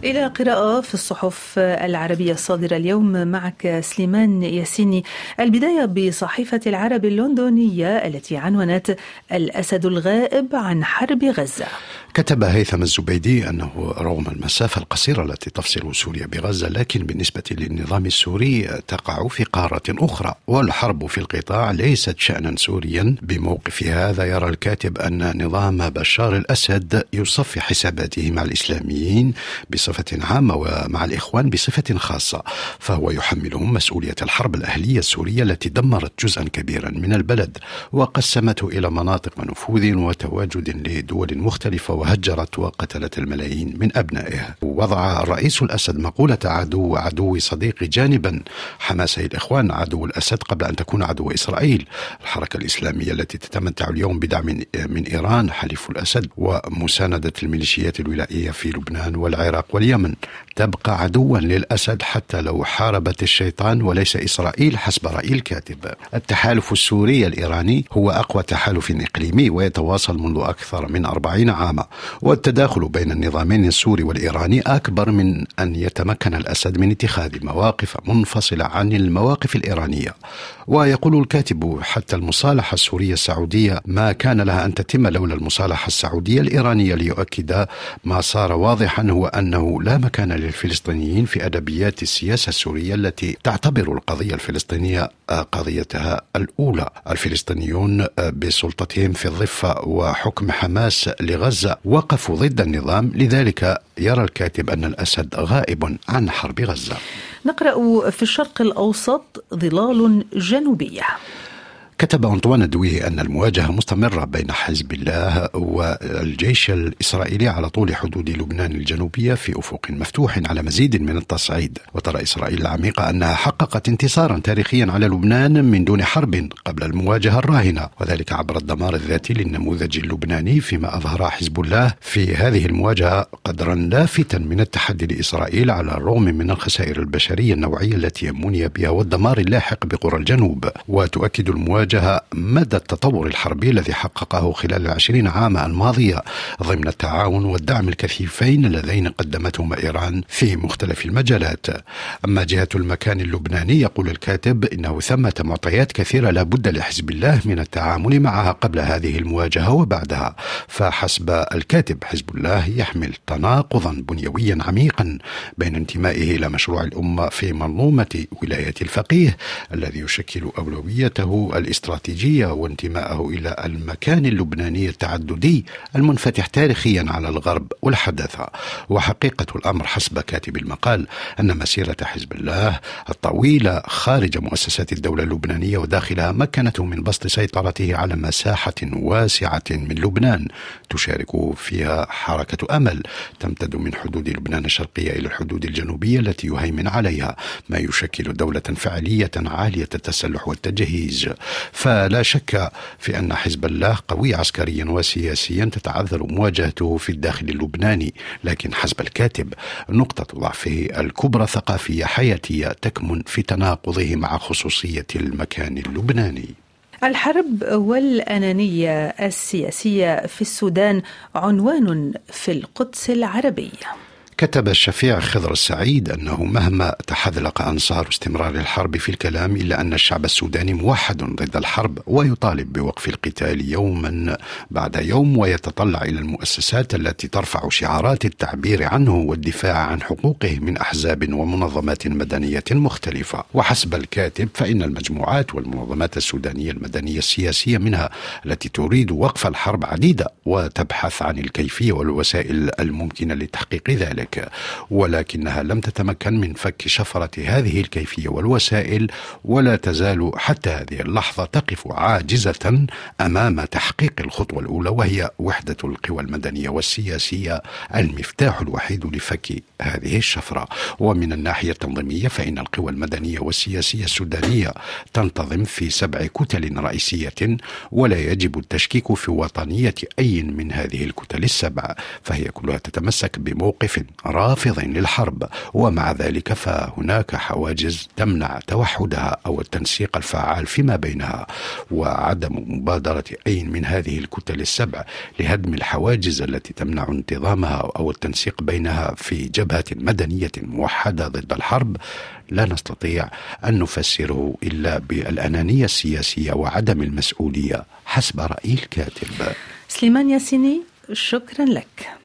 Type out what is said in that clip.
إلى قراءة في الصحف العربية الصادرة اليوم معك سليمان ياسيني. البداية بصحيفة العرب اللندنية التي عنونت الأسد الغائب عن حرب غزة. كتب هيثم الزبيدي أنه رغم المسافة القصيرة التي تفصل سوريا بغزة، لكن بالنسبة للنظام السوري تقع في قارة أخرى، والحرب في القطاع ليست شأنا سوريا. بموقف هذا يرى الكاتب أن نظام بشار الأسد يصفي حساباته مع الإسلاميين بصفة عامة ومع الإخوان بصفة خاصة، فهو يحملهم مسؤولية الحرب الأهلية السورية التي دمرت جزءا كبيرا من البلد وقسمته إلى مناطق نفوذ وتواجد لدول مختلفة، وهجرت وقتلت الملايين من أبنائها. ووضع الرئيس الأسد مقولة عدو صديقي جانبا حماسي الإخوان عدو الأسد قبل أن تكون عدو إسرائيل. الحركة الإسلامية التي تتمتع اليوم بدعم من إيران حليف الأسد ومساندة الميليشيات الولائية في لبنان والعراق واليمن تبقى عدوا للأسد حتى لو حاربت الشيطان وليس إسرائيل حسب رأي الكاتب. التحالف السوري الإيراني هو أقوى تحالف إقليمي ويتواصل منذ أكثر من 40 عاما، والتداخل بين النظامين السوري والإيراني أكبر من أن يتمكن الأسد من اتخاذ مواقف منفصلة عن المواقف الإيرانية. ويقول الكاتب حتى المصالحة السورية السعودية ما كان لها أن تتم لولا المصالحة السعودية الإيرانية، ليؤكد ما صار واضحا هو أنه لا مكان للفلسطينيين في أدبيات السياسة السورية التي تعتبر القضية الفلسطينية قضيتها الأولى. الفلسطينيون بسلطتهم في الضفة وحكم حماس لغزة وقفوا ضد النظام، لذلك يرى الكاتب أن الأسد غائب عن حرب غزة. نقرأ في الشرق الأوسط ظلال جنوبية. كتب أنطوان دويه أن المواجهة مستمرة بين حزب الله والجيش الإسرائيلي على طول حدود لبنان الجنوبية في أفق مفتوح على مزيد من التصعيد. وترى إسرائيل العميقة أنها حققت انتصارا تاريخيا على لبنان من دون حرب قبل المواجهة الراهنة، وذلك عبر الدمار الذاتي للنموذج اللبناني، فيما أظهر حزب الله في هذه المواجهة قدرا لافتا من التحدي لإسرائيل على الرغم من الخسائر البشرية النوعية التي يمني بها والدمار اللاحق بقرى الجنوب. وتؤكد المواجهة مدى التطور الحربي الذي حققه خلال 20 عاما الماضية ضمن التعاون والدعم الكثيفين اللذين قدمتهما إيران في مختلف المجالات. أما جهة المكان اللبناني يقول الكاتب إنه ثمة معطيات كثيرة لا بد لحزب الله من التعامل معها قبل هذه المواجهة وبعدها. فحسب الكاتب حزب الله يحمل تناقضا بنيويا عميقا بين انتمائه إلى مشروع الأمة في منظومة ولاية الفقيه الذي يشكل أولويته الاستراتيجية وانتمائه إلى المكان اللبناني التعددي المنفتح تاريخيا على الغرب والحداثة. وحقيقة الأمر حسب كاتب المقال أن مسيرة حزب الله الطويلة خارج مؤسسات الدولة اللبنانية وداخلها مكنته من بسط سيطرته على مساحة واسعة من لبنان تشارك فيها حركة أمل تمتد من حدود لبنان الشرقية إلى الحدود الجنوبية التي يهيمن عليها، ما يشكل دولة فعلية عالية التسلح والتجهيز. فلا شك في أن حزب الله قوي عسكريا وسياسيا تتعذر مواجهته في الداخل اللبناني، لكن حسب الكاتب نقطة ضعفه الكبرى ثقافية حياتية تكمن في تناقضه مع خصوصية المكان اللبناني. الحرب والأنانية السياسية في السودان عنوان في القدس العربية. كتب الشفيع خضر السعيد أنه مهما تحذلق أنصار استمرار الحرب في الكلام إلا أن الشعب السوداني موحد ضد الحرب ويطالب بوقف القتال يوما بعد يوم، ويتطلع إلى المؤسسات التي ترفع شعارات التعبير عنه والدفاع عن حقوقه من أحزاب ومنظمات مدنية مختلفة. وحسب الكاتب فإن المجموعات والمنظمات السودانية المدنية السياسية منها التي تريد وقف الحرب عديدة وتبحث عن الكيفية والوسائل الممكنة لتحقيق ذلك، ولكنها لم تتمكن من فك شفرة هذه الكيفية والوسائل، ولا تزال حتى هذه اللحظة تقف عاجزة أمام تحقيق الخطوة الأولى، وهي وحدة القوى المدنية والسياسية المفتاح الوحيد لفك هذه الشفرة. ومن الناحية التنظيمية فإن القوى المدنية والسياسية السودانية تنتظم في 7 كتل رئيسية، ولا يجب التشكيك في وطنية أي من هذه الكتل ال7، فهي كلها تتمسك بموقف رافض للحرب، ومع ذلك فهناك حواجز تمنع توحدها أو التنسيق الفعال فيما بينها، وعدم مبادرة أي من هذه الكتل السبع لهدم الحواجز التي تمنع انتظامها أو التنسيق بينها في جبهة مدنية موحدة ضد الحرب لا نستطيع أن نفسره إلا بالأنانية السياسية وعدم المسؤولية حسب رأي الكاتب. سليمان ياسيني، شكرا لك.